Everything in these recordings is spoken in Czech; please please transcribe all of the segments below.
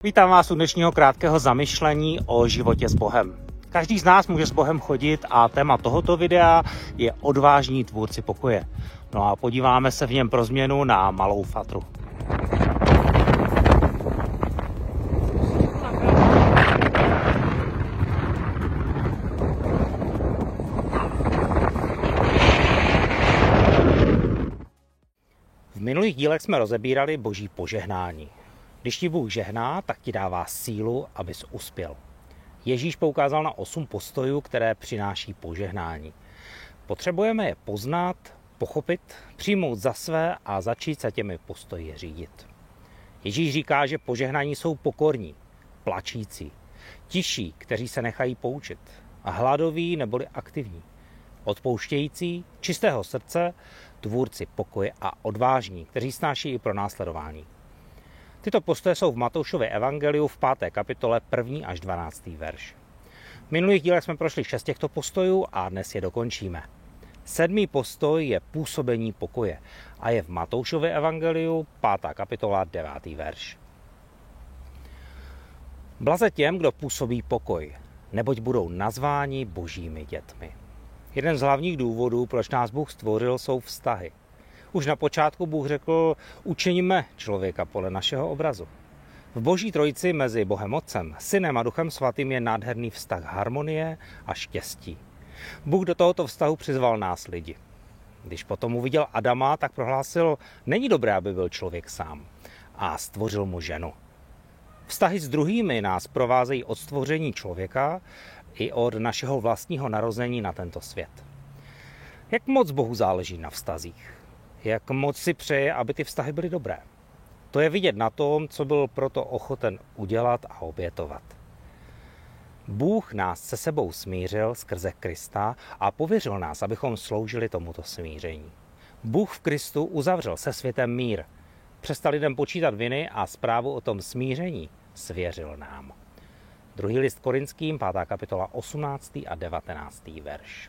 Vítám vás u dnešního krátkého zamyšlení o životě s Bohem. Každý z nás může s Bohem chodit a téma tohoto videa je odvážní tvůrci pokoje. No a podíváme se v něm pro změnu na malou fatru. V minulých dílech jsme rozebírali Boží požehnání. Když ti Bůh žehná, tak ti dává sílu, abys uspěl. Ježíš poukázal na 8 postojů, které přináší požehnání. Potřebujeme je poznat, pochopit, přijmout za své a začít se těmi postoji řídit. Ježíš říká, že požehnaní jsou pokorní, plačící, tiší, kteří se nechají poučit, a hladoví neboli aktivní, odpouštějící, čistého srdce, tvůrci pokoje a odvážní, kteří snáší i pronásledování. Tyto postoje jsou v Matoušově evangeliu v 5. kapitole 1. až 12. verš. V minulých dílech jsme prošli 6 těchto postojů a dnes je dokončíme. 7. postoj je působení pokoje a je v Matoušově evangeliu 5. kapitola 9. verš. Blaze těm, kdo působí pokoj, neboť budou nazváni božími dětmi. Jeden z hlavních důvodů, proč nás Bůh stvořil, jsou vztahy. Už na počátku Bůh řekl, učiníme člověka podle našeho obrazu. V Boží trojici mezi Bohem Otcem, Synem a Duchem Svatým je nádherný vztah harmonie a štěstí. Bůh do tohoto vztahu přizval nás lidi. Když potom uviděl Adama, tak prohlásil, není dobré, aby byl člověk sám, a stvořil mu ženu. Vztahy s druhými nás provázejí od stvoření člověka i od našeho vlastního narození na tento svět. Jak moc Bohu záleží na vztazích? Jak moc si přeje, aby ty vztahy byly dobré? To je vidět na tom, co byl proto ochoten udělat a obětovat. Bůh nás se sebou smířil skrze Krista a pověřil nás, abychom sloužili tomuto smíření. Bůh v Kristu uzavřel se světem mír. Přestal lidem počítat viny a zprávu o tom smíření svěřil nám. 2. list Korinským, 5. kapitola 18. a 19. verš.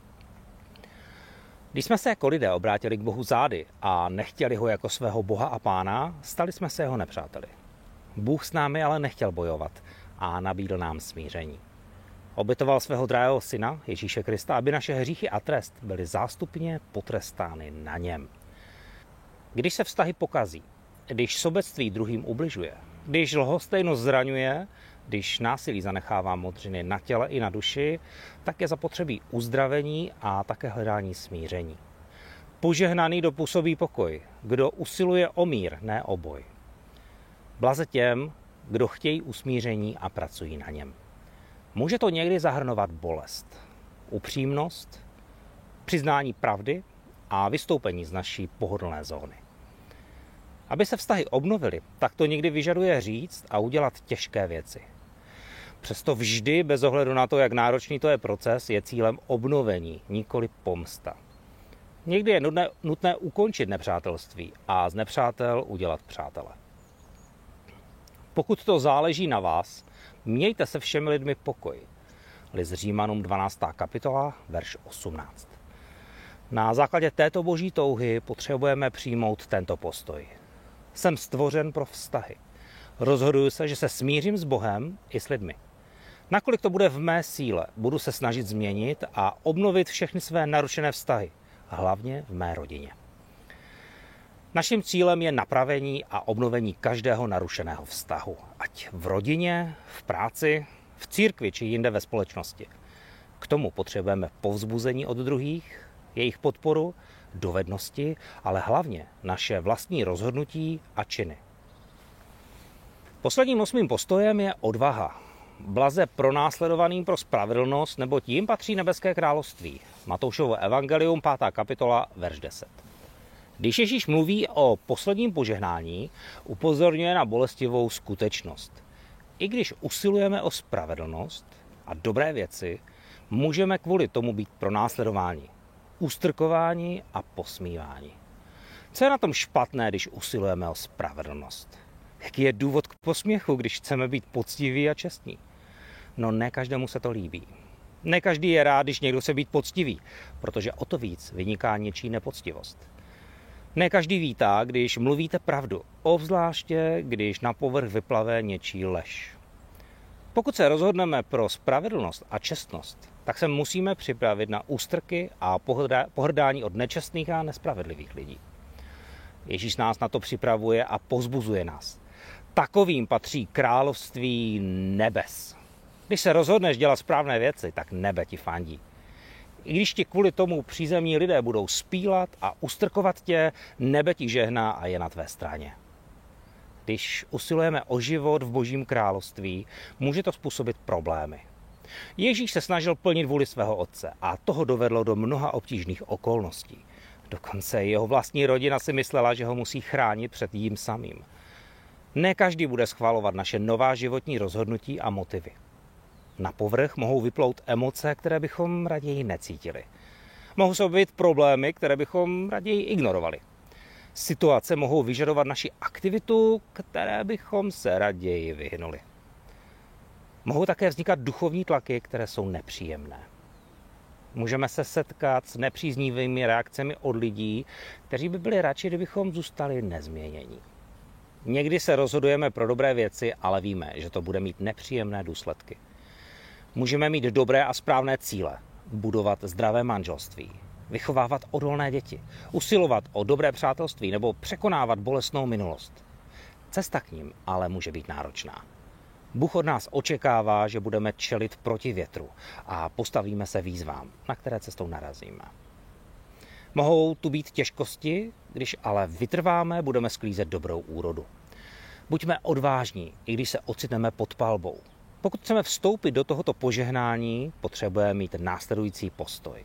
Když jsme se jako lidé obrátili k Bohu zády a nechtěli ho jako svého Boha a Pána, stali jsme se jeho nepřáteli. Bůh s námi ale nechtěl bojovat a nabídl nám smíření. Obětoval svého drahého syna, Ježíše Krista, aby naše hříchy a trest byly zástupně potrestány na něm. Když se vztahy pokazí, když sobectví druhým ubližuje, když lhostejnost zraňuje, když násilí zanechává modřiny na těle i na duši, tak je zapotřebí uzdravení a také hledání smíření. Požehnaný dopůsobí pokoj, kdo usiluje o mír, ne o boj. Blaze těm, kdo chtějí usmíření a pracují na něm. Může to někdy zahrnovat bolest, upřímnost, přiznání pravdy a vystoupení z naší pohodlné zóny. Aby se vztahy obnovily, tak to někdy vyžaduje říct a udělat těžké věci. Přesto vždy, bez ohledu na to, jak náročný to je proces, je cílem obnovení, nikoli pomsta. Někdy je nutné ukončit nepřátelství a z nepřátel udělat přátele. Pokud to záleží na vás, mějte se všemi lidmi pokoj. List Římanům 12. kapitola, verš 18. Na základě této boží touhy potřebujeme přijmout tento postoj. Jsem stvořen pro vztahy. Rozhoduju se, že se smířím s Bohem i s lidmi. Nakolik to bude v mé síle, budu se snažit změnit a obnovit všechny své narušené vztahy, hlavně v mé rodině. Naším cílem je napravení a obnovení každého narušeného vztahu, ať v rodině, v práci, v církvi či jinde ve společnosti. K tomu potřebujeme povzbuzení od druhých, jejich podporu, dovednosti, ale hlavně naše vlastní rozhodnutí a činy. Posledním 8. postojem je odvaha. Blaze pronásledovaným pro spravedlnost, neboť jim patří nebeské království. Matoušovo evangelium, 5. kapitola, verš 10. Když Ježíš mluví o posledním požehnání, upozorňuje na bolestivou skutečnost. I když usilujeme o spravedlnost a dobré věci, můžeme kvůli tomu být pronásledováni, ustrkováni a posmíváni. Co je na tom špatné, když usilujeme o spravedlnost? Jaký je důvod k posměchu, když chceme být poctiví a čestní? No ne každému se to líbí. Ne každý je rád, když někdo chce být poctivý, protože o to víc vyniká něčí nepoctivost. Ne každý vítá, když mluvíte pravdu, obzvláště když na povrch vyplave něčí lež. Pokud se rozhodneme pro spravedlnost a čestnost, tak se musíme připravit na ústrky a pohrdání od nečestných a nespravedlivých lidí. Ježíš nás na to připravuje a povzbuzuje nás. Takovým patří království nebes. Když se rozhodneš dělat správné věci, tak nebe ti fandí. I když ti kvůli tomu přízemní lidé budou spílat a ustrkovat tě, nebe ti žehná a je na tvé straně. Když usilujeme o život v Božím království, může to způsobit problémy. Ježíš se snažil plnit vůli svého otce a toho dovedlo do mnoha obtížných okolností. Dokonce jeho vlastní rodina si myslela, že ho musí chránit před jím samým. Ne každý bude schvalovat naše nová životní rozhodnutí a motivy. Na povrch mohou vyplout emoce, které bychom raději necítili. Mohou se objevit problémy, které bychom raději ignorovali. Situace mohou vyžadovat naši aktivitu, které bychom se raději vyhnuli. Mohou také vznikat duchovní tlaky, které jsou nepříjemné. Můžeme se setkat s nepříznivými reakcemi od lidí, kteří by byli radši, kdybychom zůstali nezměnění. Někdy se rozhodujeme pro dobré věci, ale víme, že to bude mít nepříjemné důsledky. Můžeme mít dobré a správné cíle, budovat zdravé manželství, vychovávat odolné děti, usilovat o dobré přátelství nebo překonávat bolestnou minulost. Cesta k ním ale může být náročná. Bůh od nás očekává, že budeme čelit proti větru a postavíme se výzvám, na které cestou narazíme. Mohou tu být těžkosti, když ale vytrváme, budeme sklízet dobrou úrodu. Buďme odvážní, i když se ocitneme pod palbou. Pokud chceme vstoupit do tohoto požehnání, potřebujeme mít následující postoj.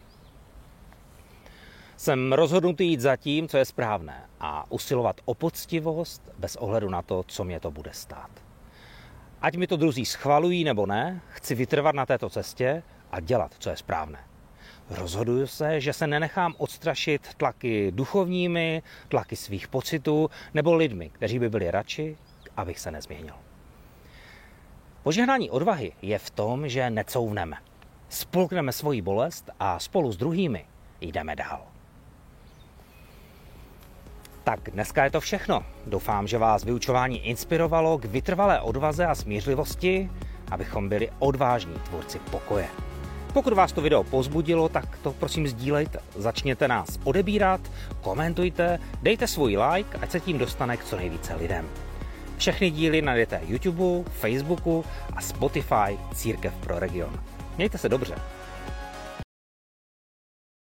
Jsem rozhodnutý jít za tím, co je správné a usilovat o poctivost bez ohledu na to, co mě to bude stát. Ať mi to druzí schvalují nebo ne, chci vytrvat na této cestě a dělat, co je správné. Rozhoduju se, že se nenechám odstrašit tlaky duchovními, tlaky svých pocitů nebo lidmi, kteří by byli radši, abych se nezměnil. Požehnání odvahy je v tom, že necouvneme. Spolkneme svoji bolest a spolu s druhými jdeme dál. Tak dneska je to všechno. Doufám, že vás vyučování inspirovalo k vytrvalé odvaze a smířlivosti, abychom byli odvážní tvůrci pokoje. Pokud vás to video povzbudilo, tak to prosím sdílejte. Začněte nás odebírat, komentujte, dejte svůj like, ať se tím dostane k co nejvíce lidem. Všechny díly najdete na YouTube, Facebooku a Spotify Církev pro region. Mějte se dobře.